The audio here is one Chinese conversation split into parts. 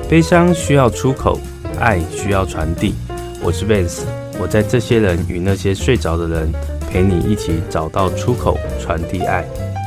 悲伤需要出口，爱需要传递。我是 Vance， 我在这些人与那些睡着的人，陪你一起找到出口，传递爱。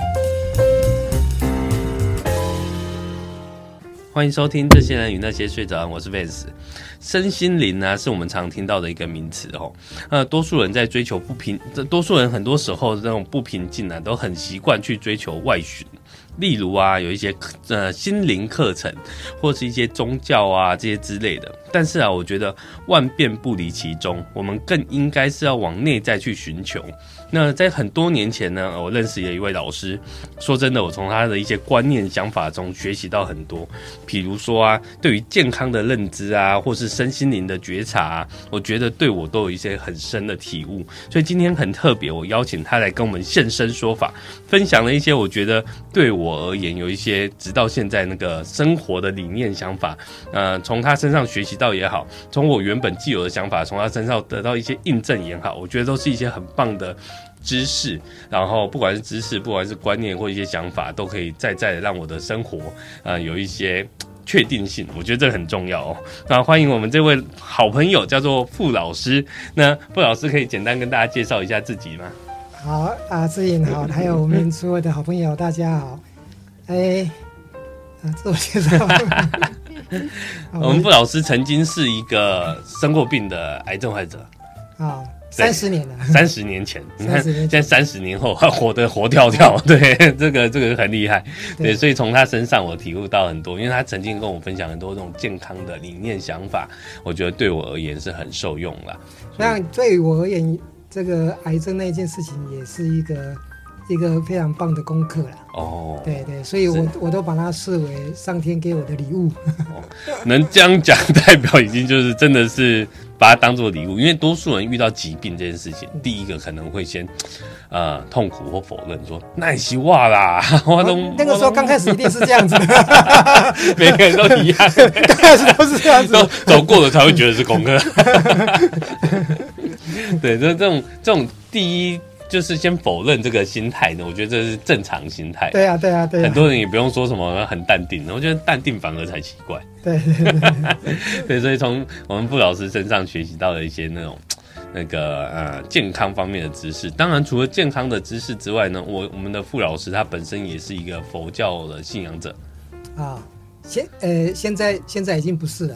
欢迎收听这些人与那些睡着的人，我是 Vance。身心灵啊，是我们常听到的一个名词哦。多数人在追求多数人很多时候这种不平静啊，都很习惯去追求外寻。例如啊，有一些心灵课程，或是一些宗教啊这些之类的。但是啊，我觉得万变不离其宗，我们更应该是要往内在去寻求。那在很多年前呢，我认识了一位老师，说真的，我从他的一些观念想法中学习到很多。比如说啊，对于健康的认知啊，或是身心灵的觉察啊，我觉得对我都有一些很深的体悟。所以今天很特别，我邀请他来跟我们现身说法，分享了一些我觉得对我而言有一些直到现在那个生活的理念想法。从他身上学习到也好，从我原本既有的想法，从他身上得到一些印证也好，我觉得都是一些很棒的知识，然后不管是知识，不管是观念或一些想法，都可以再的让我的生活有一些确定性，我觉得这很重要哦。那欢迎我们这位好朋友，叫做傅老师。那傅老师可以简单跟大家介绍一下自己吗？ 好啊，志颖好，还有我们所有的好朋友，大家好。自我介绍。 我们傅老师曾经是一个生过病的癌症患者。 30年了 ，30年前，你看现在30年后活跳跳，对，这个很厉害，对，所以从他身上我体悟到很多，因为他曾经跟我分享很多这种健康的理念想法，我觉得对我而言是很受用啦。 那对于我而言，这个癌症那件事情也是一个非常棒的功课啦。哦，对，所以我都把它视为上天给我的礼物。 能这样讲，代表已经就是真的是把它当作礼物。因为多数人遇到疾病这件事情，第一个可能会先痛苦或否认，说那是我啦， 那个时候刚开始一定是这样子的， 每个人都一样， 刚开始都是这样子， 都走过了才会觉得是功课。对，这种第一。就是先否认这个心态呢，我觉得这是正常心态。 对啊。 很多人也不用说什么很淡定，我觉得淡定反而才奇怪。 对。 对，所以从我们傅老师身上学习到了一些健康方面的知识。当然，除了健康的知识之外呢，我们的傅老师他本身也是一个佛教的信仰者啊。现在已经不是了。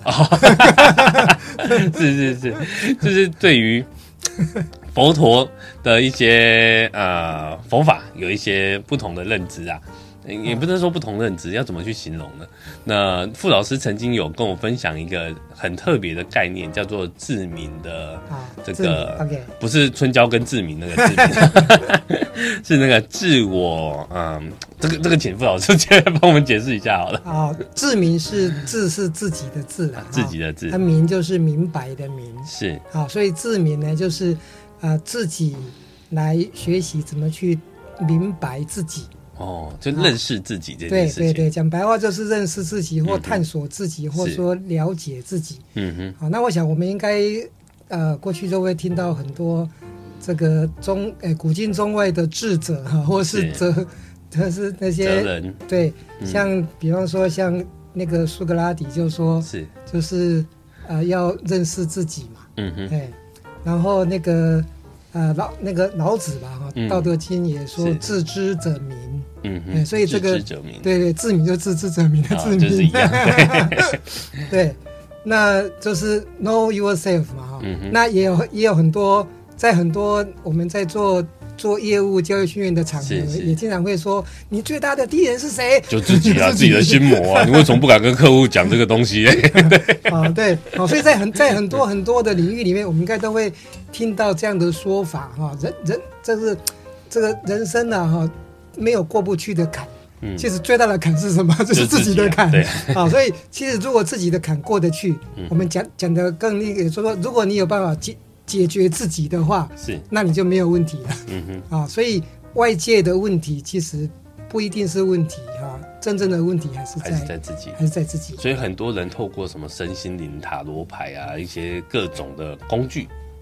是，就是对于佛陀的一些佛法有一些不同的认知啊，也不能说不同认知，要怎么去形容呢？那傅老师曾经有跟我分享一个很特别的概念，叫做自明的这个，不是春娇跟志明那个志明，是那个自我，这个请傅老师先帮我们解释一下好了。 自明是自己的自啦， 自己的自， 它明就是明白的明， 是所以自明呢就是自己来学习怎么去明白自己。 就认识自己这件事情。 对，讲白话就是认识自己，或探索自己，或说了解自己。好，那我想我们应该过去都会听到很多这个古今中外的智者或是是那些人， 对，像比方说像那个苏格拉底就说就是要认识自己嘛。然后那个老子吧，道德经也说自知者明。所以这个对，自明就自知者明的自明， 就是一样。 对，那就是 know yourself 嘛。那也有很多，在很多我们在做业务教育训练的场合，也经常会说，你最大的敌人是谁？ 就自己啊，自己的心魔啊！你为什么不敢跟客户讲这个东西？ 对，所以在很多的领域里面，我们应该都会听到这样的说法人这个人生啊没有过不去的坎。其实最大的坎是什么？就是自己的坎。所以其实如果自己的坎过得去，我们讲的更说，如果你有办法解决自己的话，那你就没有问题了。所以外界的问题其实不一定是问题真正的问题还是在自己。 所以很多人透过什么身心灵塔罗牌啊，一些各种的工具，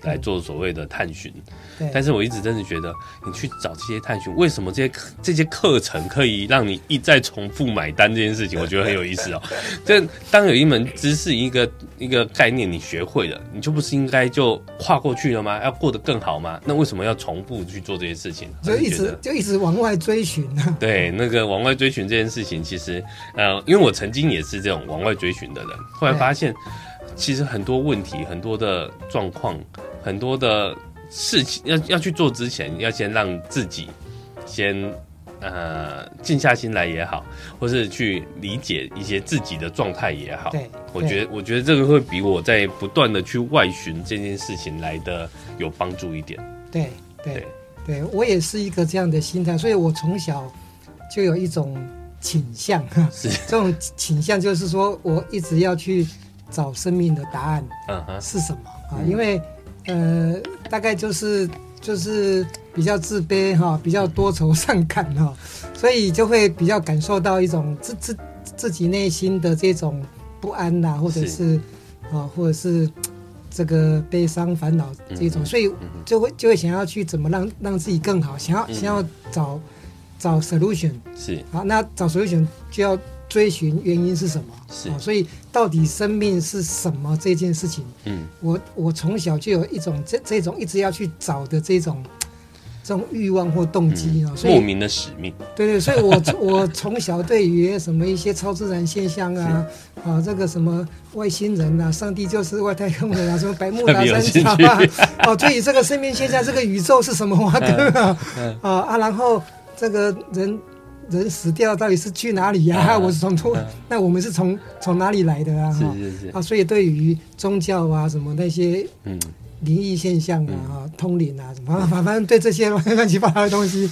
来做所谓的探寻。但是我一直真的觉得，你去找这些探寻，为什么这些课程可以让你一再重复买单这件事情，我觉得很有意思哦。这当有一门知识、一个概念你学会了，你就不是应该就跨过去了吗？要过得更好吗？那为什么要重复去做这些事情？ 就一直往外追寻啊。 对，那个往外追寻这件事情，其实因为我曾经也是这种往外追寻的人，后来发现其实很多问题、很多的状况、很多的事情要去做之前，要先让自己先静下心来也好，或是去理解一些自己的状态也好。 对， 我觉得这个会比我在不断的去外寻这件事情来的有帮助一点。 对，我也是一个这样的心态，所以我从小就有一种倾向，这种倾向就是说我一直要去找生命的答案是什么啊？因为大概就是比较自卑哈，比较多愁善感哈，所以就会比较感受到一种自己内心的这种不安呐，或者是这个悲伤烦恼这种，所以就会想要去怎么让自己更好，想要找 solution 是好，那找 solution 就要追寻原因是什么，所以到底生命是什么这件事情，我从小就有一种这种一直要去找的这种欲望或动机所以莫名的使命。 对，所以我从小对于什么一些超自然现象这个什么外星人啊，上帝就是外太空人啊，什么百慕达三角对于这个生命现象，这个宇宙是什么然后这个人死掉到底是去哪里啊？那我们是从哪里来的啊？ 是所以对于宗教啊什么那些灵异现象通灵啊什么，反正对这些乱七八糟的东西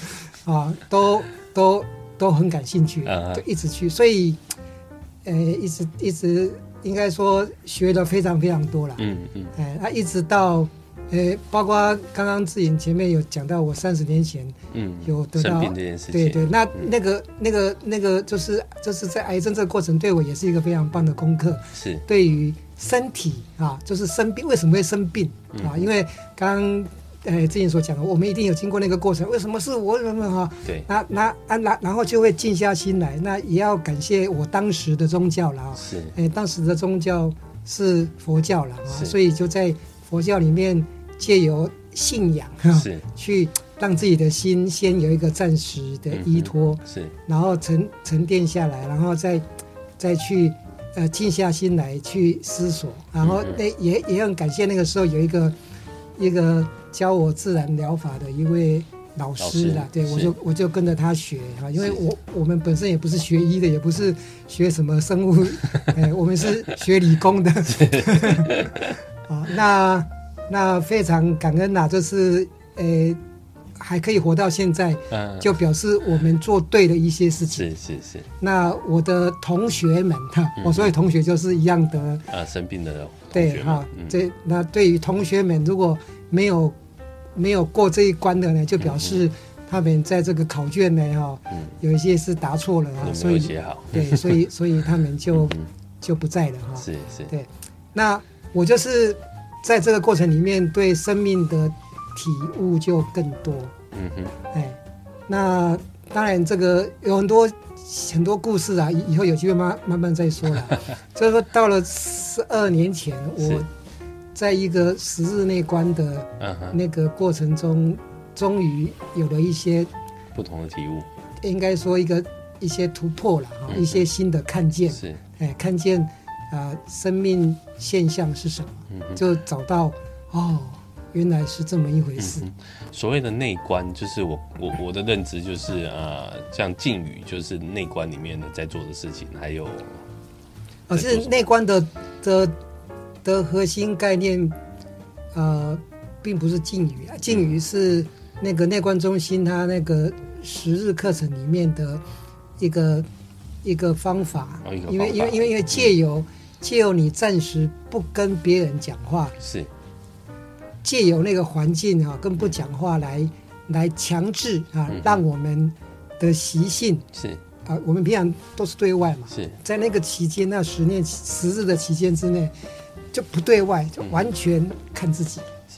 都很感兴趣，就一直去，所以一直应该说学的非常非常多了。一直到包括刚刚志颖前面有讲到，我30年前有得到生病这件事情。 对，那个就是在癌症这个过程，对我也是一个非常棒的功课。 是对于身体就是生病为什么会生病因为刚刚之前所讲的，我们一定有经过那个过程，为什么是我对， 然后就会静下心来，那也要感谢我当时的宗教了是当时的宗教是佛教了所以就在佛教里面借由信仰去让自己的心先有一个暂时的依托， 是，然后沉淀下来，然后再去静下心来去思索，然后也很感谢那个时候有一个教我自然疗法的一位老师啦，对，我就跟着他学因为我们本身也不是学医的，也不是学什么生物我们是学理工的那非常感恩啦，就是还可以活到现在，就表示我们做对了一些事情。 是。 那我的同学们我所谓同学就是一样的生病的对那对于同学们，如果没有过这一关的呢，就表示他们在这个考卷呢有一些是答错了所以写好对，所以他们就不在了是对。那我就是在这个过程里面对生命的体悟就更多那当然这个有很多故事以后有机会慢慢再说了就是说到了12年前，我在一个10日内观的那个过程中，终于有了一些不同的体悟， 应该说一些突破了一些新的看见是看见生命现象是什么就找到原来是这么一回事所谓的内观，就是我的认知就是像静语就是内观里面的在做的事情，还有是内观的核心概念并不是静语静语是那个内观中心它那个10日课程里面的一个方法因为借由你暂时不跟别人讲话， 是借由那个环境跟不讲话来强制让我们的习性是我们平常都是对外嘛， 是在那个期间10日的期间之内就不对外，就完全看自己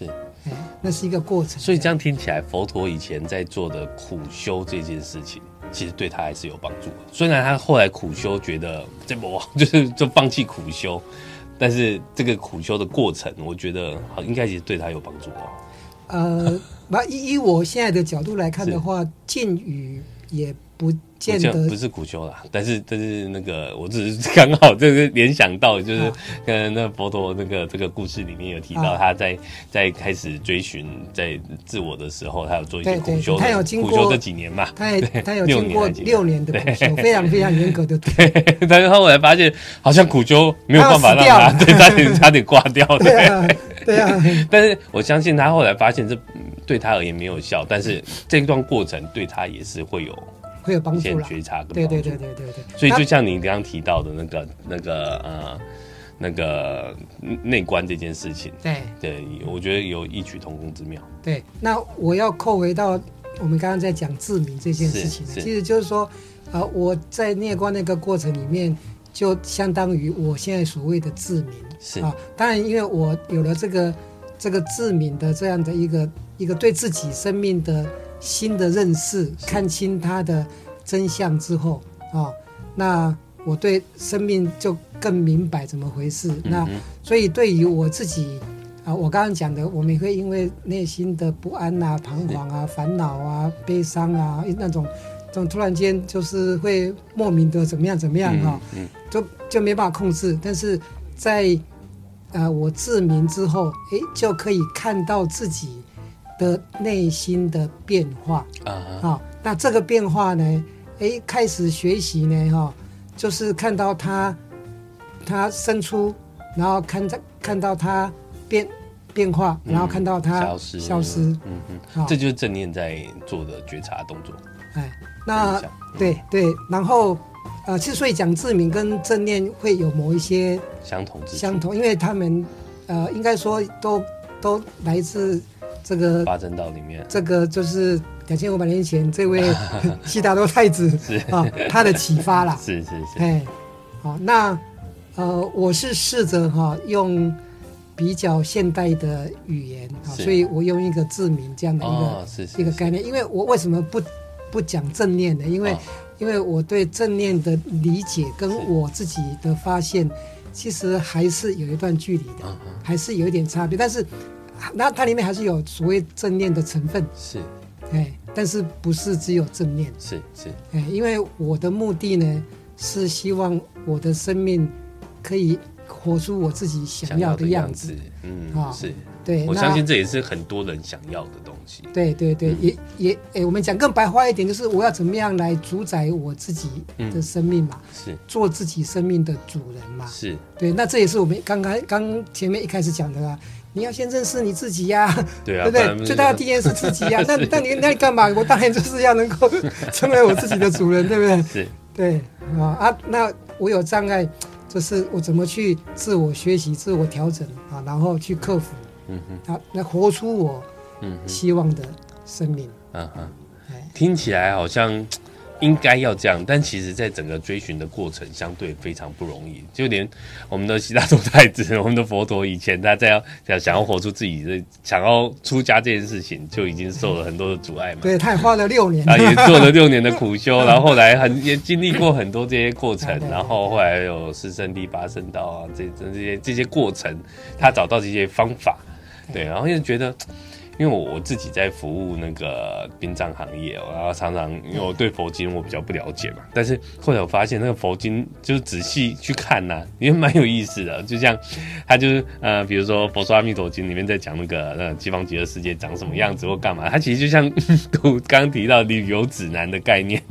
是， 那是一个过程。 所以这样听起来，佛陀以前在做的苦修这件事情，其实对他还是有帮助的。虽然他后来苦修觉得这不就放弃苦修，但是这个苦修的过程，我觉得应该其实对他有帮助哦。 以我现在的角度来看的话，禁语也不见得不是苦修啦，但是那个我只是刚好这个联想到，就是跟那佛陀这个故事里面有提到，他在开始追寻在自我的时候，他有做一些苦修， 他有经过苦修这几年嘛， 他有经过6年的苦修，非常非常严格的。 对，但是他后来发现好像苦修没有办法让他差点挂掉。 对啊。 但是我相信他后来发现这对他而言没有效，但是这段过程对他也是会有帮助啦， 觉察跟帮助。 对。 所以就像你刚刚提到的那个内观这件事情，对，我觉得有异曲同工之妙。 对，那我要扣回到我们刚刚在讲自明这件事情，其实就是说，我在内观那个过程里面，就相当于我现在所谓的自明。当然，因为我有了这个自明的这样的一个对自己生命的新的认识，看清它的真相之后那我对生命就更明白怎么回事。那所以对于我自己我刚刚讲的，我们会因为内心的不安啊、彷徨啊、烦恼啊、悲伤啊，那种突然间就是会莫名的怎么样就没办法控制。但是在我自明之后，就可以看到自己的内心的变化那这个变化呢，开始学习呢就是看到它生出，然后看到它变化，然后看到它消失。 这就是正念在做的觉察动作。 那对，然后其实所以讲自明跟正念会有某一些相同，因为他们应该说都来自这个八正道里面， 这个就是2500年前这位悉达多太子他的启发啦。 是。 那我是试着用比较现代的语言所以我用一个自明这样的一个概念。因为我为什么不讲正念呢？因为我对正念的理解跟我自己的发现，其实还是有一段距离的，还是有一点差别。但是那它里面还是有所谓正念的成分，但是不是只有正念，因为我的目的呢是希望我的生命可以活出我自己想要的样子。对， 我相信这也是很多人想要的东西。 对，也我们讲更白话一点，就是我要怎么样来主宰我自己的生命嘛，做自己生命的主人嘛。对，那这也是我们刚前面一开始讲的啦。你要先认识你自己呀，对不对？最大的第一件事自己呀。那你干嘛？我当然就是要能够成为我自己的主人，对不对？对那我有障碍，就是我怎么去自我学习、自我调整然后去克服。来活出我希望的生命。 听起来好像应该要这样，但其实在整个追寻的过程相对非常不容易。就连我们的悉达多太子，我们的佛陀以前他想要活出自己的想要出家这件事情，就已经受了很多的阻碍嘛。 对，他也花了6年， 也做了6年的苦修，然后后来也经历过很多这些过程，然后后来有四圣谛、八圣道这些过程，他找到这些方法。对，然后就觉得，因为我自己在服务那个殡葬行业然后常常因为我对佛经我比较不了解嘛，但是后来我发现那个佛经就是仔细去看也蛮有意思的。就像他就是比如说《佛说阿弥陀经》里面在讲那个西方极乐世界长什么样子或干嘛，它其实就像刚刚提到旅游指南的概念。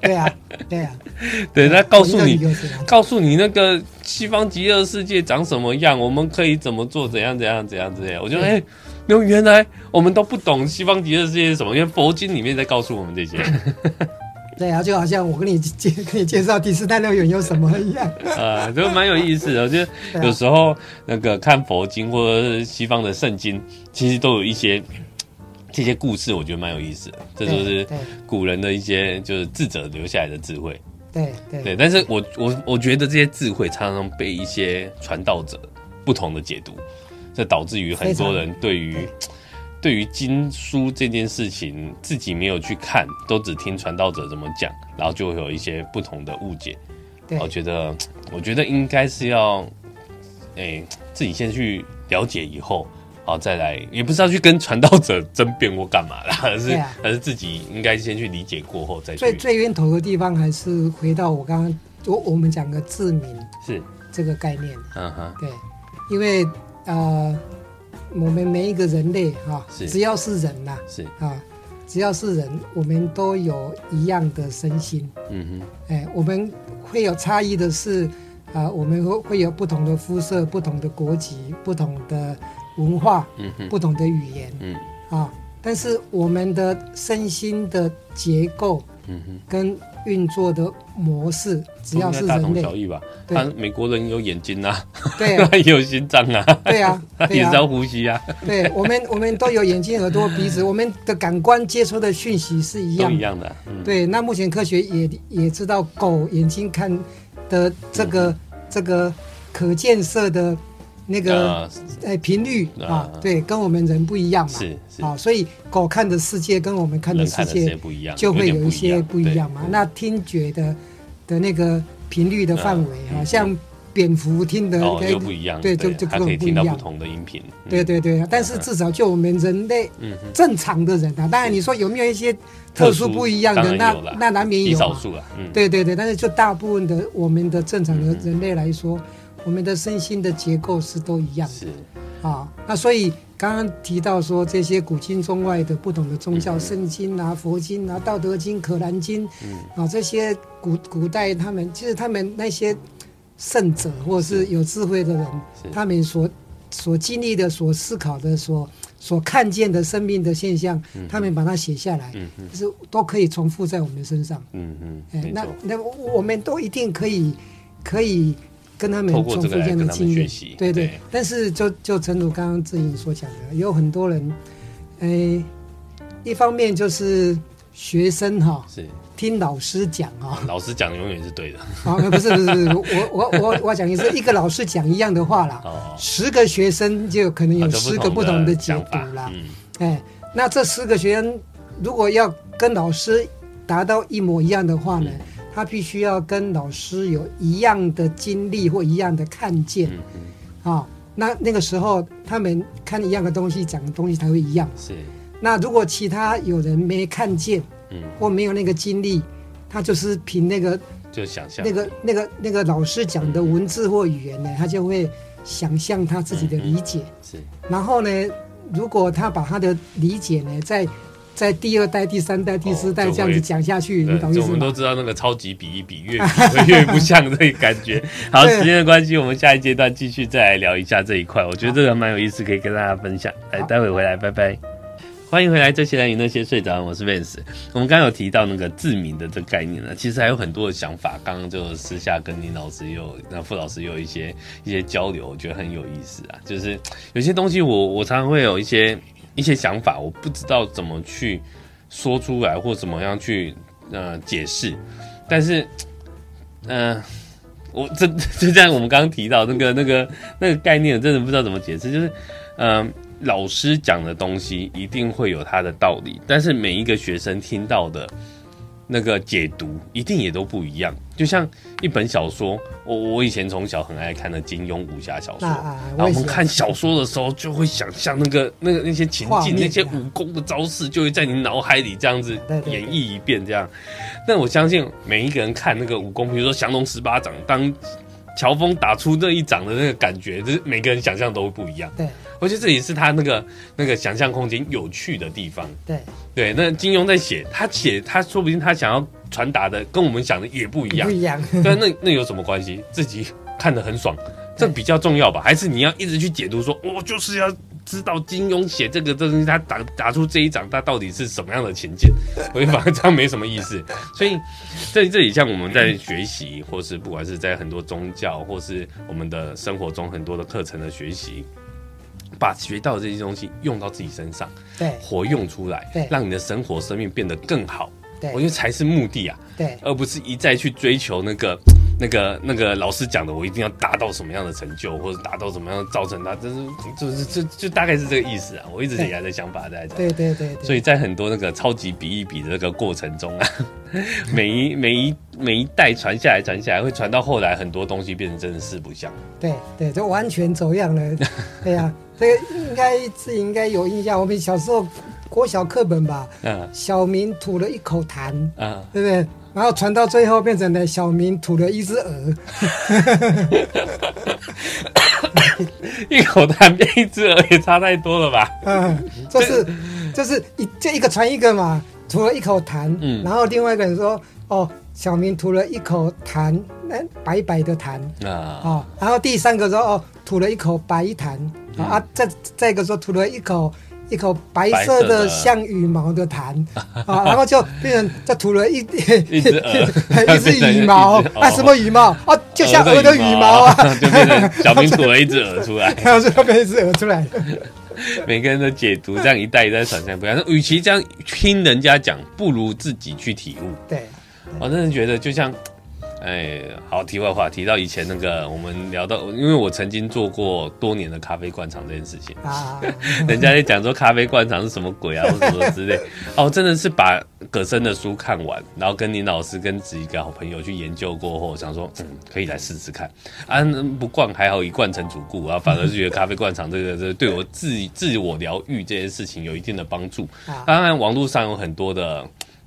对，他告诉你那个西方极乐世界长什么样，我们可以怎么做，怎样。我觉得原来我们都不懂西方极乐世界是什么，因为佛经里面在告诉我们这些。 对就好像我跟你介绍第四代乐园有什么一样。 就蛮有意思的。我觉得有时候那个看佛经或者是西方的圣经，其实都有一些这些故事，我觉得蛮有意思的。这就是古人的一些就是智者留下来的智慧。对，但是我觉得这些智慧常常被一些传道者不同的解读， 这导致于很多人对于经书这件事情自己没有去看，都只听传道者怎么讲，然后就会有一些不同的误解。我觉得应该是要，自己先去了解以后，好再来，也不是要去跟传道者争辩或干嘛啦，而是自己应该先去理解过后再去。 最源头的地方还是回到我刚刚我们讲的自民是这个概念。对，因为我们每一个人类只要是人是只要是人，我们都有一样的身心。我们会有差异的是，我们会有不同的肤色、不同的国籍、不同的文化、不同的语言。但是我们的身心的结构跟运作的模式，只要是人类，大同小异吧。美国人有眼睛啊， 对啊， 也有心脏啊， 对啊， 也是要呼吸啊。 对，我们都有眼睛、耳朵、鼻子，我们的感官接收的讯息是一样的， 都一样的。 对，那目前科学也知道，狗眼睛看的这个可见色的那个频率对，跟我们人不一样嘛。是所以狗看的世界跟我们看的世界不一样，就会有一些不一样嘛。那听觉的那个频率的范围像蝙蝠听的又不一样， 对，就它可以听到不同的音频。 对，但是至少就我们人类正常的人当然你说有没有一些特殊不一样的，那难免有， 少数了。 对，但是就大部分的我们的正常的人类来说，我们的身心的结构是都一样的。那所以刚刚提到说这些古今中外的不同的宗教，圣经佛经道德经、可兰经这些古代其实他们那些圣者或者是有智慧的人，他们所经历的、所思考的、所看见的生命的现象，他们把它写下来，就是都可以重复在我们身上。那我们都一定可以跟他们重复这样的经验。对。但是就诚如刚刚志颖所讲的，有很多人，一方面就是学生听老师讲老师讲永远是对的。 不是，我讲的是一个老师讲一样的话啦，10个学生就可能有10个不同的解读啦。那这10个学生如果要跟老师达到一模一样的话呢，他必须要跟老师有一样的经历或一样的看见。那个时候他们看一样的东西，讲的东西才会一样。那如果其他有人没看见或没有那个经历，他就是凭那个就想象那个老师讲的文字或语言呢，他就会想象他自己的理解。然后呢，如果他把他的理解呢在第2代、第3代、第4代这样子讲下去，你懂意思吗？我们都知道那个超级比一比，越比越不像这个感觉。好，时间的关系，我们下一阶段继续再来聊一下这一块。我觉得这个蛮有意思，可以跟大家分享。来，待会回来，拜拜。欢迎回来，这些人与那些睡着，我是 Vance。我们刚刚有提到那个自民的这个概念呢，其实还有很多的想法。刚刚就私下跟林老师傅老师有一些交流，我觉得很有意思啊。就是有些东西我常常会有一些想法，我不知道怎么去说出来，或怎么样去解释。但是我就像我们刚刚提到那个概念，真的不知道怎么解释。就是老师讲的东西一定会有他的道理，但是每一个学生听到的那个解读一定也都不一样。就像一本小说，我以前从小很爱看的金庸武侠小说，然后我们看小说的时候就会想象那些情境，那些武功的招式就会在你脑海里这样子演绎一遍这样。但我相信每一个人看那个武功，比如说降龙18掌，当乔峰打出那一掌的那个感觉，就是每个人想象都不一样。我觉得这也是他那个想象空间有趣的地方。对，那金庸在写，他说不定他想要传达的跟我们想的也不一样。但那有什么关系？自己看得很爽，这比较重要吧？还是你要一直去解读说，我就是要知道金庸写这个东西，他打出这一掌，他到底是什么样的情境？我觉得反正这样没什么意思。所以这里像我们在学习，或是不管是在很多宗教，或是我们的生活中很多的课程的学习，把学到的这些东西用到自己身上，活用出来，让你的生生命变得更好。我觉得才是目的啊，而不是一再去追求那那个老师讲的，我一定要达到什么样的成就，或者达到什么样的造成他，就大概是这个意思啊。我一直以来的想法在这。 对。 所以在很多那个超级比一比的这个过程中啊，每一代传下来，会传到后来，很多东西变成真的四不像。 对，就完全走样了。对呀，这个自己应该有印象。我们小时候国小课本吧，小明吐了一口痰，对不对？然后传到最后变成了小明吐了一只鹅， 一口痰变一只鹅也差太多了吧？ 就是一个传一个嘛，吐了一口痰，然后另外一个人说小明吐了一口痰，白白的痰然后第三个说吐了一口白痰再一个说吐了一口白色的像羽毛的痰然后就变成就吐了一只羽毛什么羽毛就像鹅的羽毛就变成小明吐了一只鹅出来， 然后就变成一只鹅出来。 每个人的解读这样一代一代传下不一样，与其这样听人家讲，不如自己去体悟。 对， 我真的觉得就像。好，题外话，提到以前那个，我们聊到，因为我曾经做过多年的咖啡灌肠这件事情人家在讲说咖啡灌肠是什么鬼啊，或什么之类，真的是把葛森的书看完，然后跟林老师跟几个好朋友去研究过后，想说，可以来试试看不灌还好，一灌成主顾反而是觉得咖啡灌肠这个对我自我疗愈这件事情有一定的帮助。当然，网络上有很多的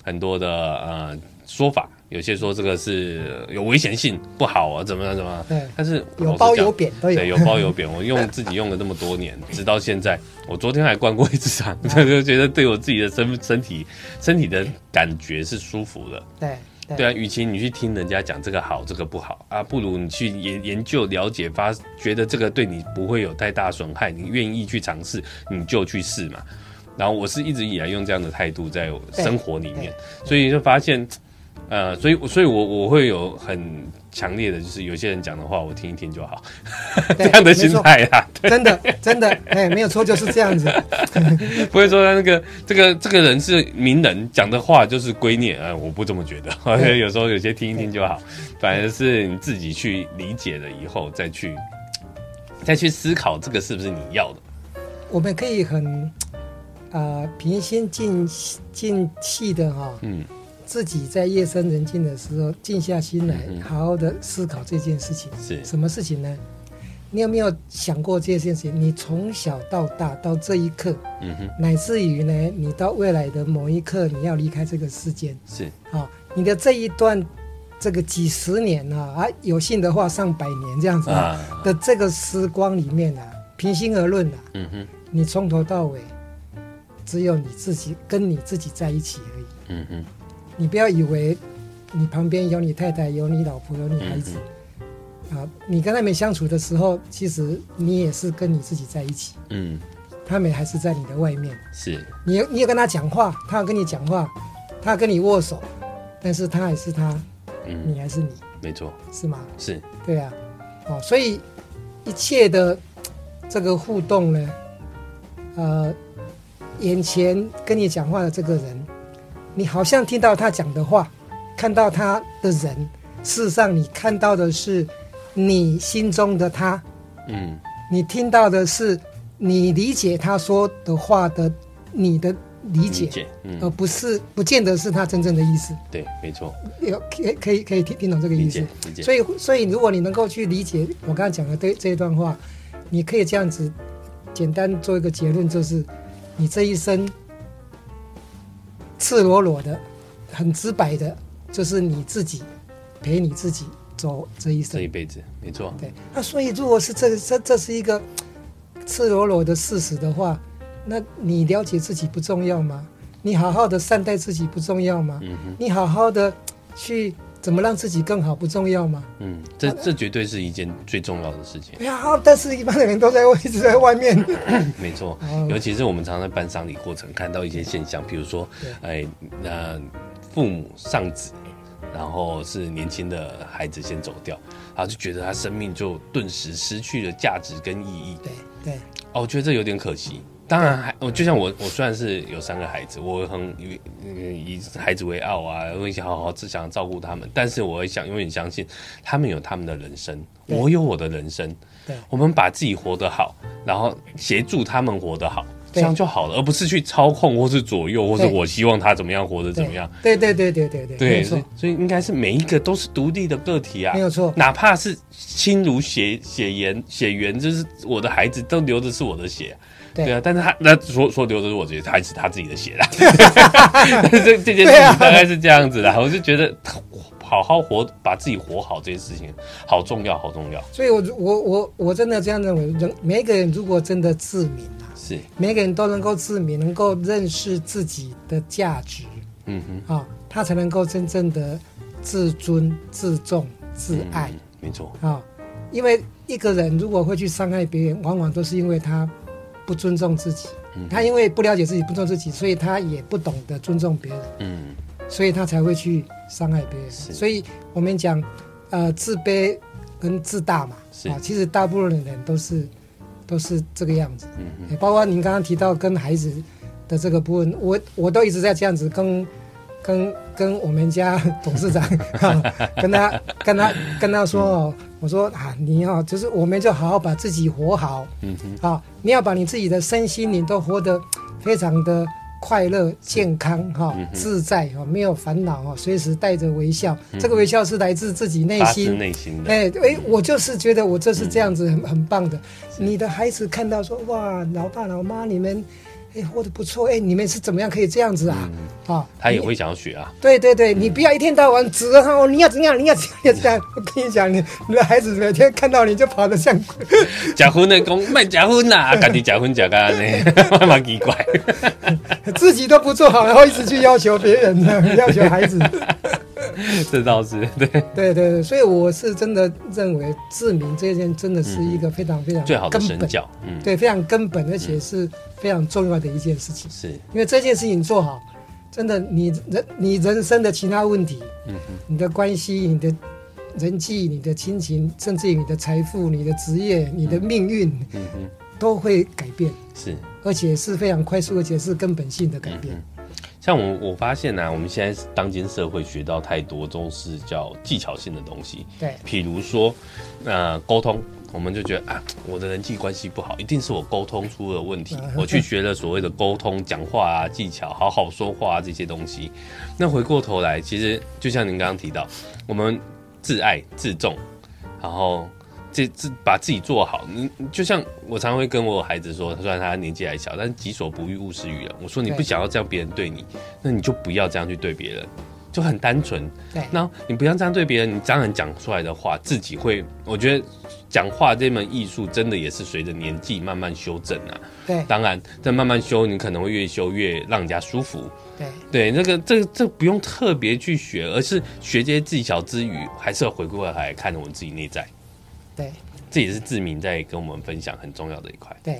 说法。有些说这个是有危险性，不好怎么样？对，但是有褒有贬都有。 对，有褒有贬。我自己用了这么多年，直到现在，我昨天还灌过一次肠，就觉得对我自己的身体的感觉是舒服的。对啊，与其你去听人家讲这个好，这个不好不如你去研究了解，觉得这个对你不会有太大损害，你愿意去尝试，你就去试嘛。然后我是一直以来用这样的态度在生活里面，所以就发现。所以我会有很强烈的，就是有些人讲的话，我听一听就好，这样的心态啦。 真的，没有错，就是这样子。 不会说这个人是名人，讲的话就是圭臬我不这么觉得。有时候有些听一听就好，反而是你自己去理解了以后，再去思考这个是不是你要的。 我们可以很平心静气的自己在夜深人静的时候静下心来，好好的思考这件事情。是什么事情呢？你有没有想过这件事情？你从小到大到这一刻，乃至于呢，你到未来的某一刻你要离开这个世间，是你的这一段这个几十年有幸的话上百年这样子的这个时光里面平心而论你从头到尾只有你自己跟你自己在一起而已。你不要以为你旁边有你太太，有你老婆，有你孩子你跟他们相处的时候，其实你也是跟你自己在一起。他们还是在你的外面。是你有跟他讲话，他有跟你讲话，他有跟你握手，但是他还是他，你还是你。没错，是吗？是，对啊。所以一切的这个互动呢，眼前跟你讲话的这个人，你好像听到他讲的话，看到他的人，事实上你看到的是你心中的他，你听到的是你理解他说的话的你的理解，而不见得是他真正的意思。对，没错，可以听懂这个意思。所以如果你能够去理解我刚刚讲的这一段话，你可以这样子简单做一个结论，就是你这一生赤裸裸的很直白的，就是你自己陪你自己走这一生，这一辈子。没错。对，那所以如果是这是一个赤裸裸的事实的话，那你了解自己不重要吗？你好好的善待自己不重要吗？你好好的去怎么让自己更好不重要吗？这绝对是一件最重要的事情。但是一般的人都一直在外面。没错，尤其是我们常常在办丧礼过程看到一些现象，比如说，父母丧子，然后是年轻的孩子先走掉，然后就觉得他生命就顿时失去了价值跟意义。对，我觉得这有点可惜。 当然我就像我虽然是有3个孩子，我很以孩子为傲啊，我想好好想照顾他们，但是我会永远相信他们有他们的人生，我有我的人生， 对， 我们把自己活得好，然后协助他们活得好，这样就好了，而不是去操控或是左右，或是我希望他怎么样活得怎么样。 对， 没错。所以应该是每一个都是独立的个体啊， 没有错。 哪怕是亲如血缘，就是我的孩子都流的是我的血。对啊，但是他说流的是我的血，还是他自己的血啦。这件事情大概是这样子啦。我就觉得好好活，把自己活好这件事情好重要，好重要。 所以我真的这样认为，每一个人如果真的自明啊， 是每个人都能够自明，能够认识自己的价值，他才能够真正的自尊、自重、自爱。 没错因为一个人如果会去伤害别人，往往都是因为他不尊重自己，他因为不了解自己、不尊重自己，所以他也不懂得尊重别人，所以他才会去伤害别人。所以我们讲，自卑跟自大嘛，其实大部分的人都是这个样子。包括您刚刚提到跟孩子的这个部分，我都一直在这样子跟我们家董事长跟他说我说你就是我们就好好把自己活好，你要把你自己的身心灵都活得非常的快乐、健康自在没有烦恼随时带着微笑，这个微笑是来自自己内心的。我就是觉得我这是这样子很棒的。你的孩子看到说哇，老爸老妈你们活得不错，你们是怎么样可以这样子啊？ 他也会想要学啊。 对，你不要一天到晚指着他你要怎样，你要这样。我跟你讲，你的孩子每天看到你就跑得像假婚的讲卖假婚啦，自己假婚假干呢，蛮奇怪。 自己都不做好，然后一直去要求别人，要求孩子。 这倒是对，所以我是真的认为自明这件真的是一个非常非常最好的身教， 对，非常根本，而且是非常重要的一件事情。 是因为这件事情做好，真的你人生的其他问题，你的关系、你的人际、你的亲情，甚至于你的财富、你的职业、你的命运，都会改变。 是， 而且是非常快速，而且是根本性的改变。 像我发现我们现在当今社会学到太多都是叫技巧性的东西。 对， 譬如说，沟通，我们就觉得我的人际关系不好，一定是我沟通出了问题。我去学了所谓的沟通、讲话技巧，好好说话这些东西。那回过头来，其实就像您刚刚提到，我们自爱、自重，然后把自己做好。你就像我常常会跟我孩子说，虽然他年纪还小，但是己所不欲，勿施于人。我说你不想要这样别人对你，那你就不要这样去对别人，就很单纯。那你不要这样对别人，你当然讲出来的话，自己会，我觉得讲话这门艺术真的也是随着年纪慢慢修正啊。 对， 当然在慢慢修，你可能会越修越让人家舒服。 对， 这不用特别去学，而是学这些技巧之余，还是要回过来看我们自己内在。 对， 这也是志明在跟我们分享很重要的一块。 对。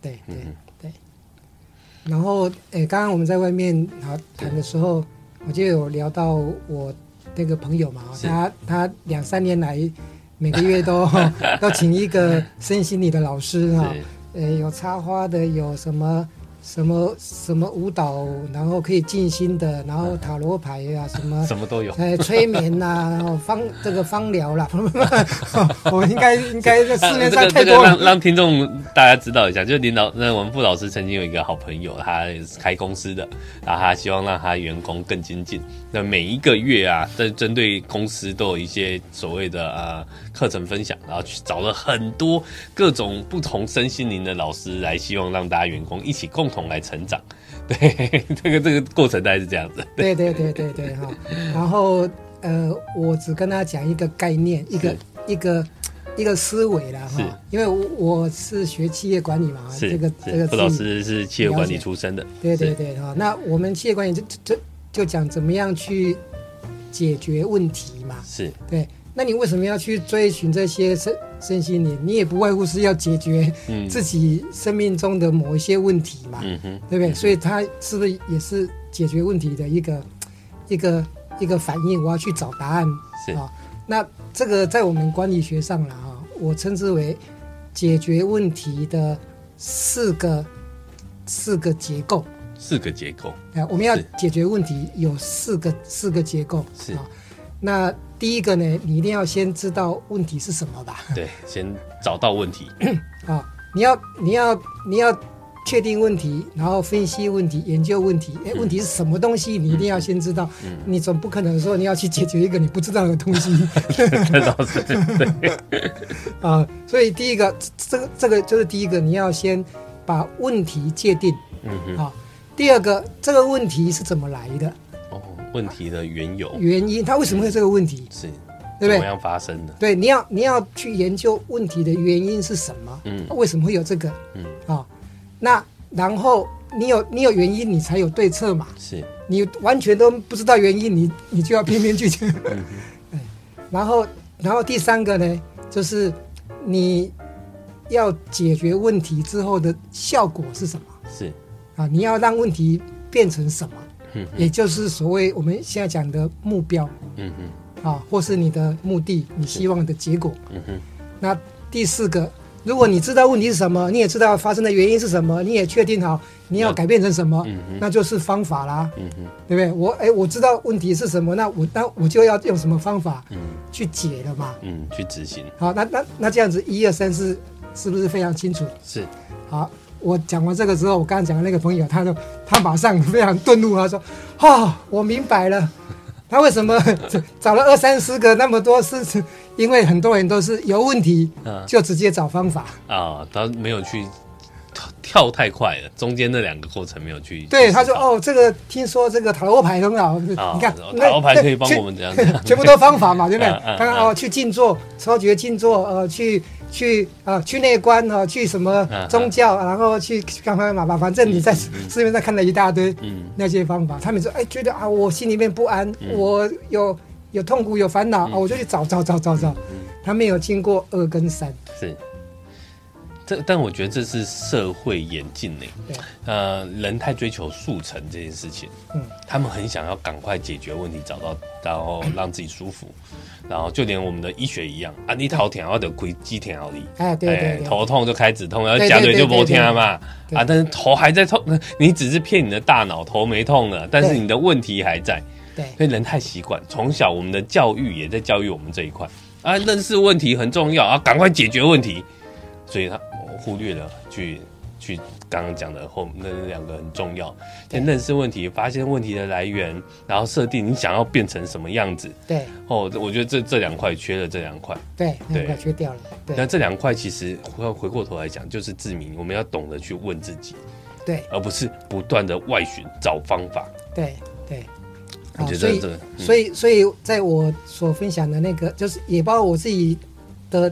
然后，刚刚我们在外面谈的时候，我就有聊到我那个朋友嘛，他2-3年来每个月都请一个身心理的老师有插花的，有什么舞蹈，然后可以静心的，然后塔罗牌什么都有，催眠然后芳疗啦，我应该在市面上太多了。 让听众大家知道一下，就是我们傅老师曾经有一个好朋友，他是开公司的，然后他希望让他员工更精进。那每一个月在针对公司都有一些所谓的课程分享，然后去找了很多各种不同身心灵的老师来，希望让大家员工一起共同来成长。对，这个过程大概是这样子。 对然后我只跟他讲一个概念，一个思维啦因为我是学企业管理嘛，这个傅老师是企业管理出身的。 对那我们企业管理就讲怎么样去解决问题嘛。对。那你为什么要去追寻这些身心灵？你也不外乎是要解决自己生命中的某一些问题嘛，对不对？所以它是不是也是解决问题的一个反应？我要去找答案。那这个在我们管理学上我称之为解决问题的4个 4个结构。 4个结构， 我们要解决问题有4个结构。 是啊，那第一个呢，你一定要先知道问题是什么吧？ 对，先找到问题。 啊，你要确定问题，然后分析问题，研究问题。问题是什么东西？你一定要先知道。你总不可能说你要去解决一个你不知道的东西。 这倒是对。 啊，所以第一个，这个就是第一个，你要先把问题界定。啊，第二个，这个问题是怎么来的？ 问题的缘由、 原因，它为什么会有这个问题？ 是， 对不对？ 怎么样发生的？ 对，你要去研究问题的原因是什么？为什么会有这个？那然后你有原因，你才有对策嘛。 是， 你完全都不知道原因，你就要偏偏去。然后第3个呢，就是你要解决问题之后的效果是什么？ 是啊，你要让问题变成什么？也就是所谓我们现在讲的目标。或是你的目的，你希望的结果。那第4个，如果你知道问题是什么，你也知道发生的原因是什么，你也确定好你要改变成什么，那就是方法啦。对不对？我知道问题是什么，那我就要用什么方法去解了嘛。 去执行。 好，那这样子1、2、3是不是非常清楚？ 是。 好，我讲完这个之后，我刚刚讲的那个朋友，他马上非常顿怒，他说：“我明白了，他为什么找了20、30个那么多是因为很多人都是有问题，就直接找方法他没有去跳太快了，中间那2个过程没有去。 对，他说这个听说这个塔罗牌很好，你看塔罗牌可以帮我们这样， 全部都方法嘛，对不对？刚刚去静坐，超觉静坐，去内观去什么宗教，然后去干嘛，反正你在市面上看了一大堆那些方法，他们说觉得我心里面不安，我有痛苦有烦恼我就去找，他没有经过2跟3。 是。但我觉得这是社会演进呢。人太追求速成这件事情，他们很想要赶快解决问题，找到，然后让自己舒服，然后就连我们的医学一样你头痛要得开几天而已， 对， 头痛就开止痛，然后加对就不听嘛，但是头还在痛，你只是骗你的大脑，头没痛了，但是你的问题还在。所以人太习惯，从小我们的教育也在教育我们这一块认识问题很重要赶快解决问题，所以他忽略了去刚刚讲的那2个很重要，先认识问题，发现问题的来源，然后设定你想要变成什么样子。 对， 我觉得这2块缺了，这2块， 对，2块缺掉了。对， 那这2块其实回过头来讲，就是自明，我们要懂得去问自己， 对， 而不是不断的外寻找方法。 对。 我觉得这个， 所以在我所分享的那个，就是也包括我自己的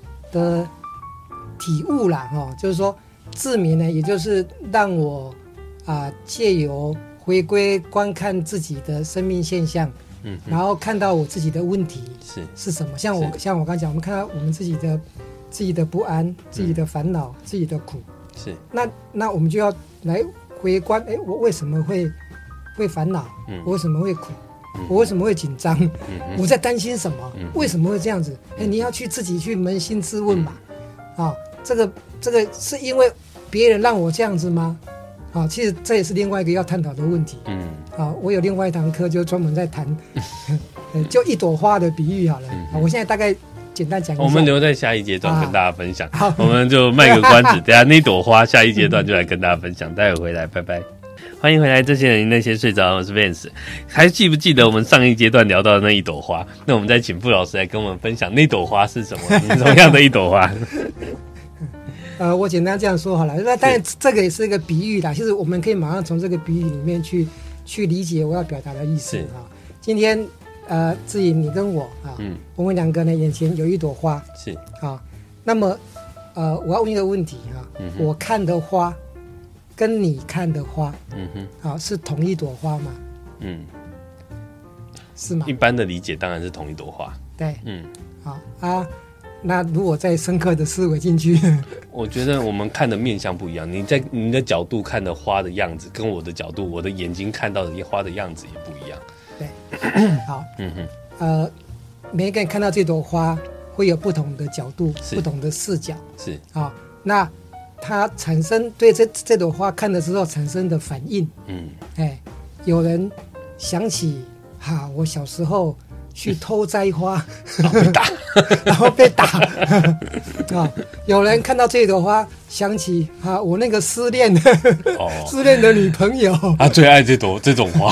体悟啦，就是说自明呢，也就是让我借由回归观看自己的生命现象，然后看到我自己的问题是什么。像我刚讲，我们看到我们自己的不安、自己的烦恼、自己的苦， 是那我们就要来回观，我为什么会烦恼？我为什么会苦？我为什么会紧张？我在担心什么？为什么会这样子？你要自己去扪心自问嘛。这个是因为别人让我这样子吗？其实这也是另外一个要探讨的问题。我有另外一堂课就专门在谈，就一朵花的比喻好了。我现在大概简单讲一下， 我们留在下一阶段跟大家分享。我们就卖个关子，等一下那朵花下一阶段就来跟大家分享。待会回来，拜拜。欢迎回来，这些人那些睡着，我是 Vance。还记不记得我们上一阶段聊到的那一朵花？那我们再请傅老师来跟我们分享那朵花是什么，什么样的一朵花？ 我简单这样说好了。那当然这个也是一个比喻啦，其实我们可以马上从这个比喻里面去理解我要表达的意思今天志颖你跟我我们2个呢眼前有一朵花是那么我要问一个问题我看的花跟你看的花是同一朵花吗？是吗？ 一般的理解当然是同一朵花。 对，那如果再深刻的思维进去， 我觉得我们看的面向不一样。你在你的角度看的花的样子，跟我的角度，我的眼睛看到的花的样子也不一样。 对，好，每一个人看到这朵花会有不同的角度，不同的视角。 是那他产生对这朵花看的时候产生的反应。有人想起我小时候去偷摘花，然后被打有人看到这朵花想起我那个失恋的女朋友， 他最爱这种花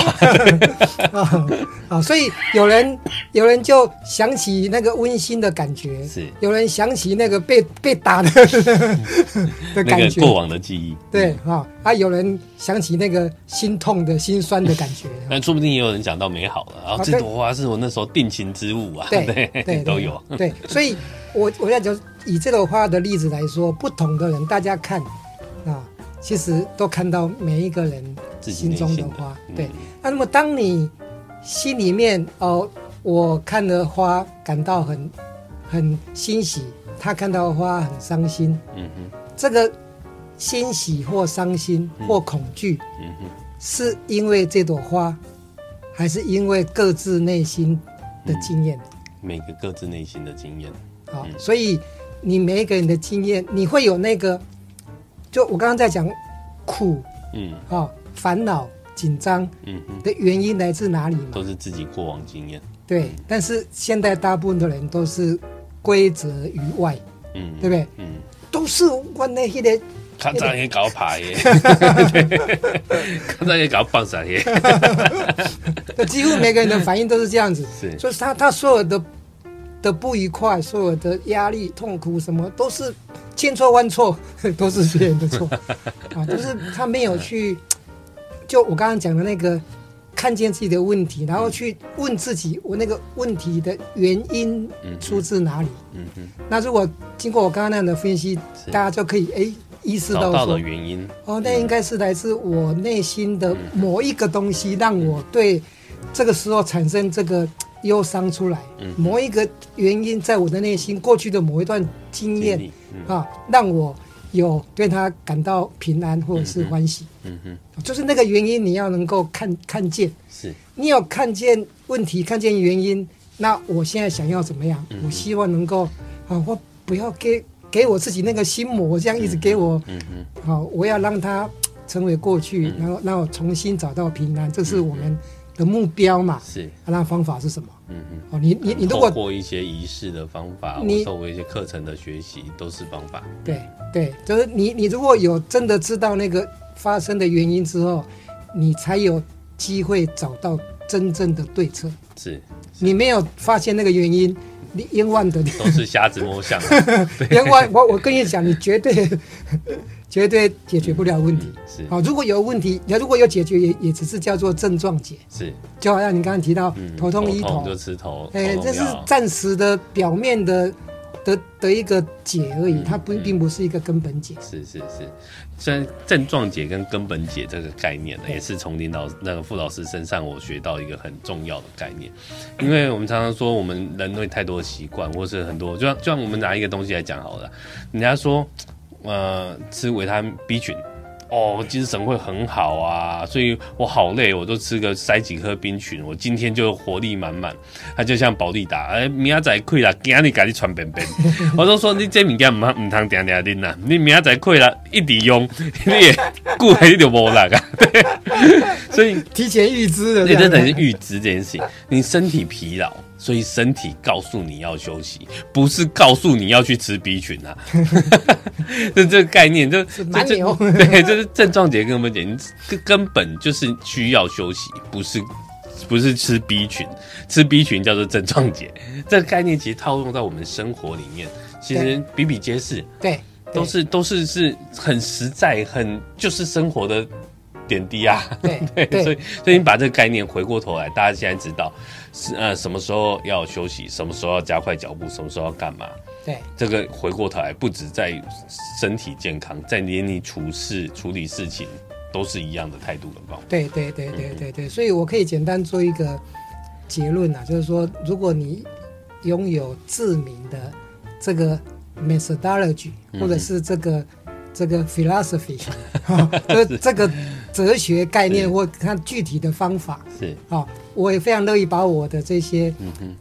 所以有人就想起那个温馨的感觉，有人想起那个被打的感觉， 那个过往的记忆， 对有人想起那个心痛的心酸的感觉， 但说不定也有人讲到美好了，然后这朵花是我那时候定情之物啊，对，都有， 对，所以我在讲以这朵花的例子来说，不同的人大家看其实都看到每一个人心中的花，对。那么当你心里面我看了花感到很欣喜，他看到花很伤心，这个欣喜或伤心或恐惧，是因为这朵花，还是因为各自内心的经验？ 每个各自内心的经验。 所以你每一个人的经验，你会有那个，就我刚刚在讲苦，烦恼、紧张的原因来自哪里嘛？ 都是自己过往经验。 对，但是现在大部分的人都是归责于外，对不对？都是我那些的。 较早去搞爬耶，较早去搞棒啥耶， 几乎每个人的反应都是这样子。所以他所有的不愉快，所有的压力、痛苦什么，都是千错万错，都是别人的错就是他没有去，就我刚刚讲的那个，看见自己的问题，然后去问自己，我那个问题的原因出自哪里？那如果经过我刚刚那样的分析，大家就可以意识到了原因那应该是来自我内心的某一个东西，让我对这个时候产生这个忧伤出来。某一个原因在我的内心，过去的某一段经验让我有对他感到平安或者是欢喜。就是那个原因你要能够看见，你有看见问题，看见原因，那我现在想要怎么样？我希望能够我不要给我自己那个心魔，这样一直给我，我要让它成为过去，然后让我重新找到平安，这是我们的目标嘛？那方法是什么？你如果透过一些仪式的方法，或透过一些课程的学习，都是方法。 对，就是你如果有真的知道那个发生的原因之后，你才有机会找到真正的对策。你没有发现那个原因，你冤枉的都是瞎子摸象。 冤枉，我跟你讲，你绝对解决不了问题。如果有问题，如果有解决，也只是叫做症状解。就好像你刚刚提到头痛医头， 就吃头， 这是暂时的表面的一个解而已，它并不是一个根本解。 虽然症状解跟根本解这个概念呢，也是从那个傅老师身上我学到一个很重要的概念。因为我们常常说我们人类太多的习惯，或是很多，就像我们拿一个东西来讲好了，人家说吃维他命 B 群。精神会很好啊，所以我好累，我都塞几颗冰群，我今天就活力满满。它就像保利达，明仔载溃啦，今日给你传便便。我都说你这物件唔通定定啉啦，你明仔载溃啦，一直用，你也顾还你就无力啊。所以提前预知的， 这等于预知这件事情。你身体疲劳，所以身体告诉你要休息，不是告诉你要去吃 B 群啊。这个概念对，这是症状解根本解，你根本就是需要休息，不是吃 B 群，吃 B 群叫做症状解。这个概念其实套用在我们生活里面，其实比比皆是。都是很实在，就是生活的点滴啊。所以你把这个概念回过头来，大家现在知道什么时候要休息，什么时候要加快脚步，什么时候要干嘛。这个回过头来，不止在身体健康，在连你处理事情都是一样的态度的方法。对，所以我可以简单做一个结论就是说，如果你拥有自明的这个 methodology，或者是这个 philosophy， 这个哲学概念或看具体的方法，我也非常乐意把我的这些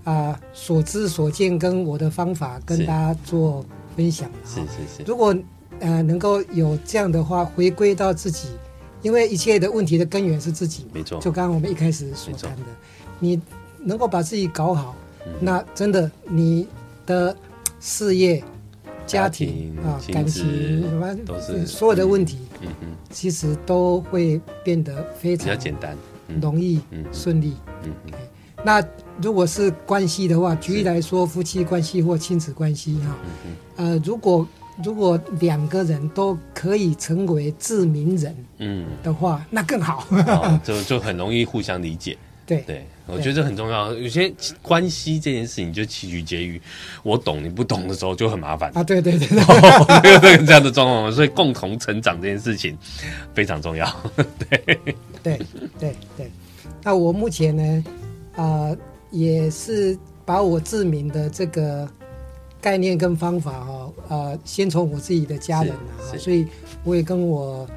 所知所见跟我的方法跟大家做分享。如果能够有这样的话回归到自己，因为一切的问题的根源是自己嘛， 没错， 就刚刚我们一开始所谈的，你能够把自己搞好，那真的你的事业、家庭啊、感情什么都是所有的问题，其实都会变得非常比较简单、 容易、顺利。那如果是关系的话，举例来说，夫妻关系或亲子关系哈，如果两个人都可以成为自明人的话，那更好， 就很容易互相理解。 对， 我觉得这很重要。有些关系这件事情就取决于我懂你不懂的时候就很麻烦啊。对， 没有这样的状况，所以共同成长这件事情非常重要。 对。那我目前呢，也是把我自明的这个概念跟方法先从我自己的家人所以我也跟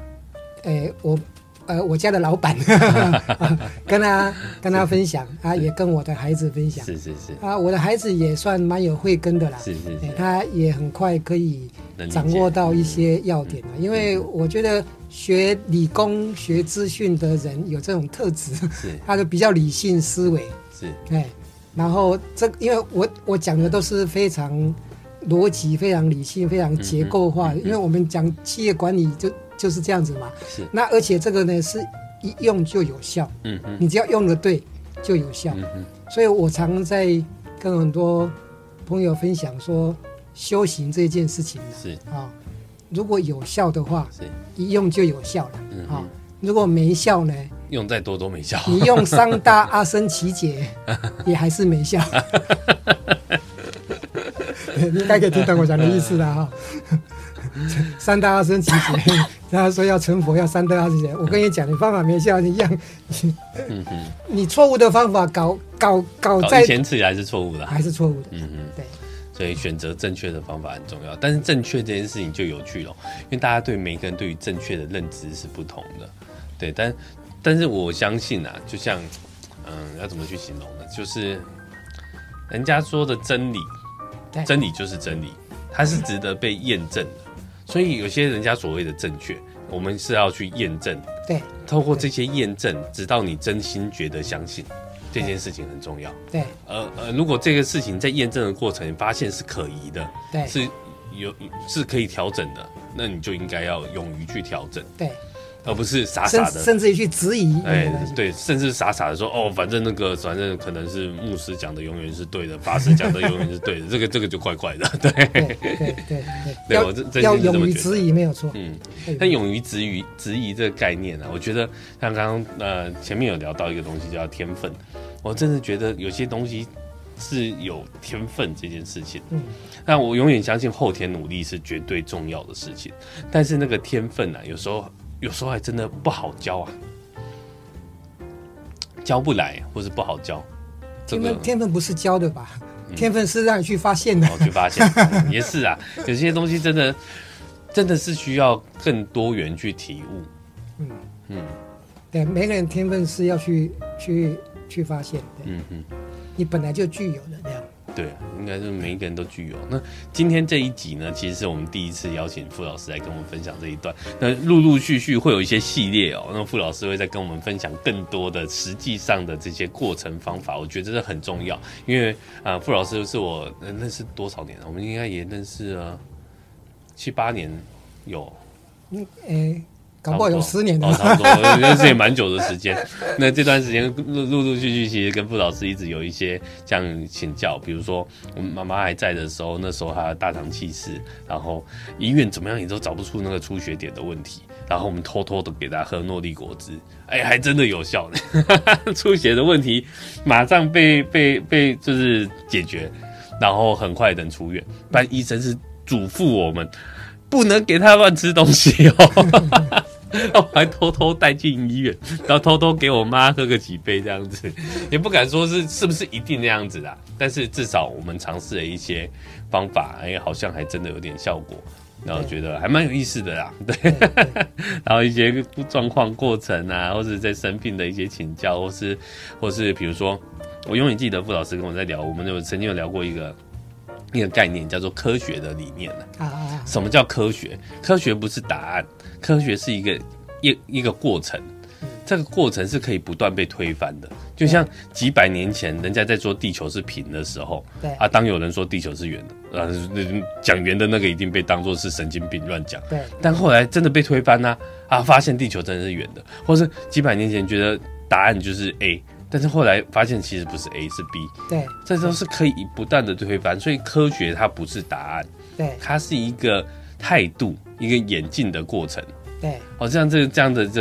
我家的老板跟他分享也跟我的孩子分享。 是我的孩子也算蛮有慧根的啦。 是他也很快可以掌握到一些要点因为我觉得学理工学资讯的人有这种特质，他就比较理性思维。然后因为我讲的都是非常逻辑、非常理性、非常结构化的，因为我们讲企业管理就是这样子嘛。那而且这个呢是一用就有效，你只要用得对就有效。所以我常在跟很多朋友分享说，修行这件事情如果有效的话，一用就有效了如果没效呢？ 用再多都没效。 你用桑达阿僧祇解也还是没效。你应该可以听懂我讲的意思了三大阿僧祇解，他说要成佛要三大阿僧祇解，我跟你讲，你方法没效，你一样，你错误的方法搞在 1000次还是错误的， 还是错误的。对。 所以选择正确的方法很重要，但是正确这件事情就有趣了，因为大家对每个人对于正确的认知是不同的。对，但是我相信就像要怎么去形容呢？就是人家说的真理，真理就是真理，它是值得被验证的。所以有些人家所谓的正确，我们是要去验证。 对， 透过这些验证，直到你真心觉得相信。这件事情很重要。 对， 如果这个事情在验证的过程发现是可疑的， 对， 是可以调整的，那你就应该要勇于去调整。 对。 而不是傻傻的， 甚至于去质疑。 对，甚至傻傻的说反正可能是牧师讲的永远是对的，法师讲的永远是对的，这个就怪怪的。对，我要勇于质疑没有错。 但勇于质疑这个概念我觉得像刚刚前面有聊到一个东西叫天分，我真的觉得有些东西是有天分这件事情。但我永远相信后天努力是绝对重要的事情，但是那个天分有时候还真的不好教教不来，或是不好教。 天分不是教的吧？天分是让你去发现的。 去发现也是有些东西真的是需要更多元去体悟。 对，每个人天分是要去发现。你本来就具有的这样。 对，应该是每一个人都具有。那今天这一集呢，其实是我们第一次邀请傅老师来跟我们分享这一段。那陆续会有一些系列那傅老师会再跟我们分享更多的实际上的这些过程方法。我觉得这很重要，因为傅老师是我认识多少年了？我们应该也认识了7、8年有。 搞不好有10年了， 差不多，认识也蛮久的时间。那这段时间陆续，其实跟傅老师一直有一些这样请教，比如说我们妈妈还在的时候，那时候她大肠气室，然后医院怎么样也都找不出那个出血点的问题，然后我们偷偷的给她喝诺丽果汁，还真的有效呢，出血的问题马上被就是解决，然后很快能出院。不然医生是嘱咐我们不能给他乱吃东西我还偷偷带进医院，然后偷偷给我妈喝个几杯这样子，也不敢说是不是一定那样子啦，但是至少我们尝试了一些方法，好像还真的有点效果，然后觉得还蛮有意思的啦，对，然后一些状况过程或者在生病的一些请教，或是比如说，我永远记得傅老师跟我在聊，我们曾经有聊过一个一个概念叫做科学的理念什么叫科学？科学不是答案，科学是一个过程。这个过程是可以不断被推翻的，就像几百年前人家在说地球是平的时候，当有人说地球是圆的，讲圆的那个一定被当作是神经病乱讲。但后来真的被推翻发现地球真的是圆的，或是几百年前觉得答案就是 A， 但是后来发现其实不是 A 是 B， 这都是可以不断的推翻。所以科学它不是答案，它是一个态度，一个演进的过程。像这样的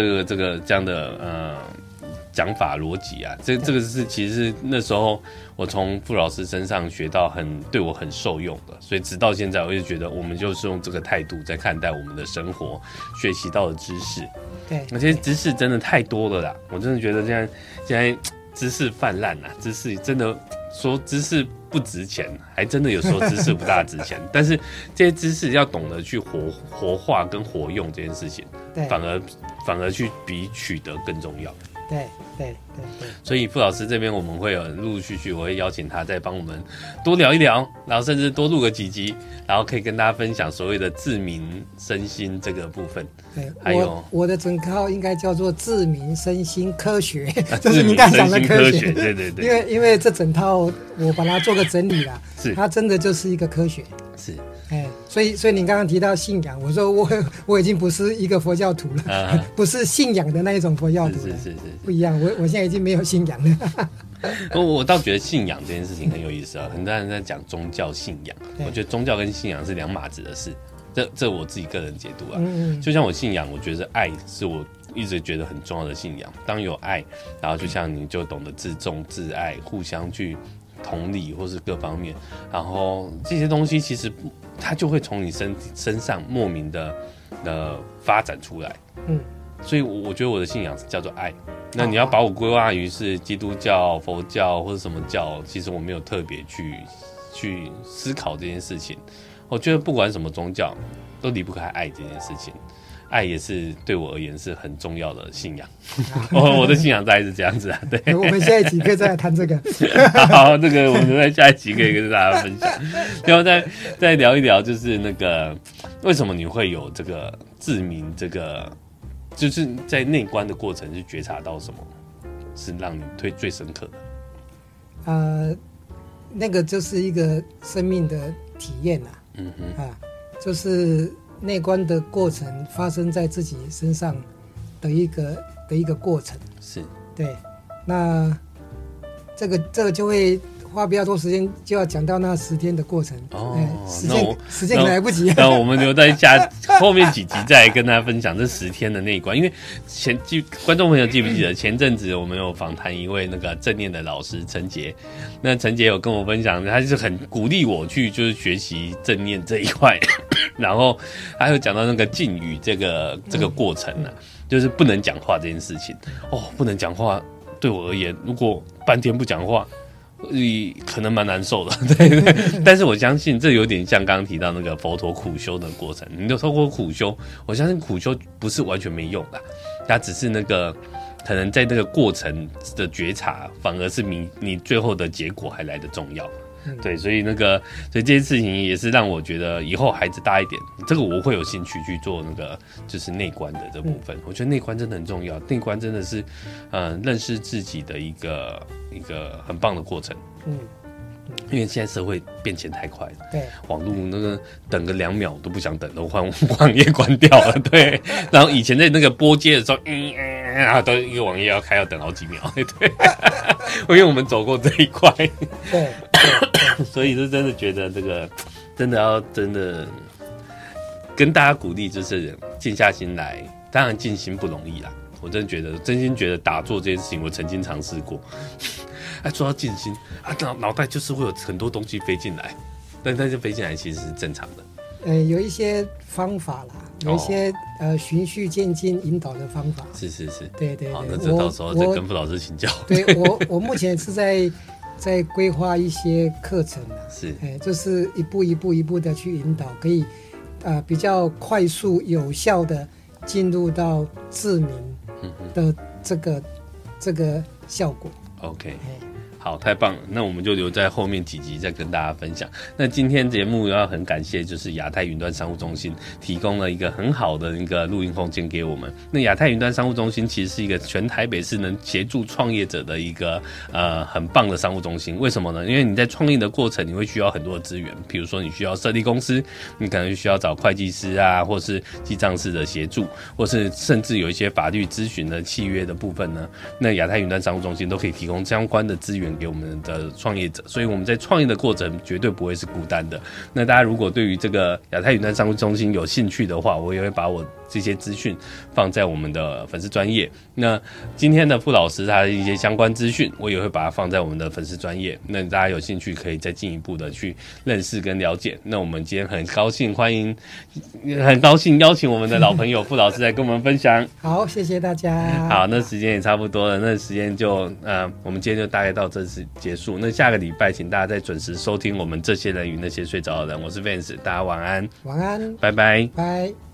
讲法逻辑这个是其实是那时候我从傅老师身上学到对我很受用的，所以直到现在我就觉得我们就是用这个态度在看待我们的生活，学习到的知识。而且知识真的太多了啦，我真的觉得现在知识泛滥知识真的说知识不值钱，还真的有时候知识不大值钱。但是这些知识要懂得去活化跟活用这件事情，反而去比取得更重要。 对。 所以傅老师这边我们会有陆陆续续，我会邀请他再帮我们多聊一聊，然后甚至多录个几集，然后可以跟大家分享所谓的自明身心这个部分。还有我的整套应该叫做自明身心科学，就是您刚才讲的科学。对。因为这整套我把它做个整理啦，它真的就是一个科学。所以您刚刚提到信仰，我说我已经不是一个佛教徒了，不是信仰的那一种佛教徒了，是不一样。我现在已经没有信仰了。 我倒觉得信仰这件事情很有意思很多人在讲宗教信仰，我觉得宗教跟信仰是两码子的事，这我自己个人解读就像我信仰，我觉得爱是我一直觉得很重要的信仰。当有爱，然后就像你就懂得自重自爱，互相去同理或是各方面，然后这些东西其实它就会从你身上莫名的发展出来。所以我觉得我的信仰是叫做爱。那你要把我归纳于是基督教、佛教或者什么教，其实我没有特别去思考这件事情。我觉得不管什么宗教都离不开爱这件事情，爱也是对我而言是很重要的信仰。我的信仰大概是这样子对。 我们下一集可以再来谈这个。 好，这个我们在下一集可以跟大家分享。然后再聊一聊，就是那个为什么你会有这个自明这个，就是在内观的过程是觉察到什么是让你最深刻的？ 那个就是一个生命的体验就是内观的过程发生在自己身上的一个过程。对。那这个就会花比较多时间，就要讲到那10天的过程。时间来不及。 那我们留在后面几集再跟大家分享这10天的内观。因为观众朋友记不记得前阵子我们有访谈一位那个正念的老师陈杰，那陈杰有跟我分享，他就是很鼓励我去就是学习正念这一块，然后他有讲到那个禁语这个过程就是不能讲话这件事情。不能讲话对我而言，如果半天不讲话，可能蛮难受的，对。但是我相信这有点像刚刚提到那个佛陀苦修的过程。你就透过苦修，我相信苦修不是完全没用的，它只是那个可能在那个过程的觉察，反而是你最后的结果还来得重要。对，所以这件事情也是让我觉得以后孩子大一点，这个我会有兴趣去做那个就是内观的这部分。我觉得内观真的很重要，内观真的是认识自己的一个很棒的过程。因为现在社会变迁太快了， 对， 网络那个等个2秒都不想等了，网页关掉了，对。然后以前在那个拨接的时候，都一个网页要开要等好几秒，对。因为我们走过这一块， 对。 所以是真的觉得这个真的跟大家鼓励，就是静下心来。当然静心不容易啦，我真心觉得打坐这件事情，我曾经尝试过。做到静心脑袋就是会有很多东西飞进来，但是飞进来其实是正常的。 有一些方法啦，有一些循序渐进引导的方法。 是。 对。 好，那这到时候再跟傅老师请教。 对，我目前是在规划一些课程就是一步的去引导，可以比较快速有效的进入到自明的这个效果。 OK， 好，太棒了！那我们就留在后面几集再跟大家分享。那今天节目要很感谢，就是亚太云端商务中心提供了一个很好的一个录音空间给我们。那亚太云端商务中心其实是一个全台北市能协助创业者的一个很棒的商务中心。为什么呢？因为你在创业的过程，你会需要很多的资源，比如说你需要设立公司，你可能需要找会计师啊，或是记账师的协助，或是甚至有一些法律咨询的契约的部分呢。那亚太云端商务中心都可以提供相关的资源给我们的创业者，所以我们在创业的过程绝对不会是孤单的。那大家如果对于这个亚太云端商务中心有兴趣的话，我也会把我这些资讯放在我们的粉丝专页。那今天的傅老师他的一些相关资讯，我也会把它放在我们的粉丝专页。那大家有兴趣可以再进一步的去认识跟了解。那我们今天很高兴邀请我们的老朋友傅老师来跟我们分享。 好，谢谢大家。 好，那时间也差不多了，那时间就我们今天就大概到这次结束。那下个礼拜请大家再准时收听我们这些人与那些睡着的人。我是 Vance， 大家晚安。 晚安， 拜拜。 拜。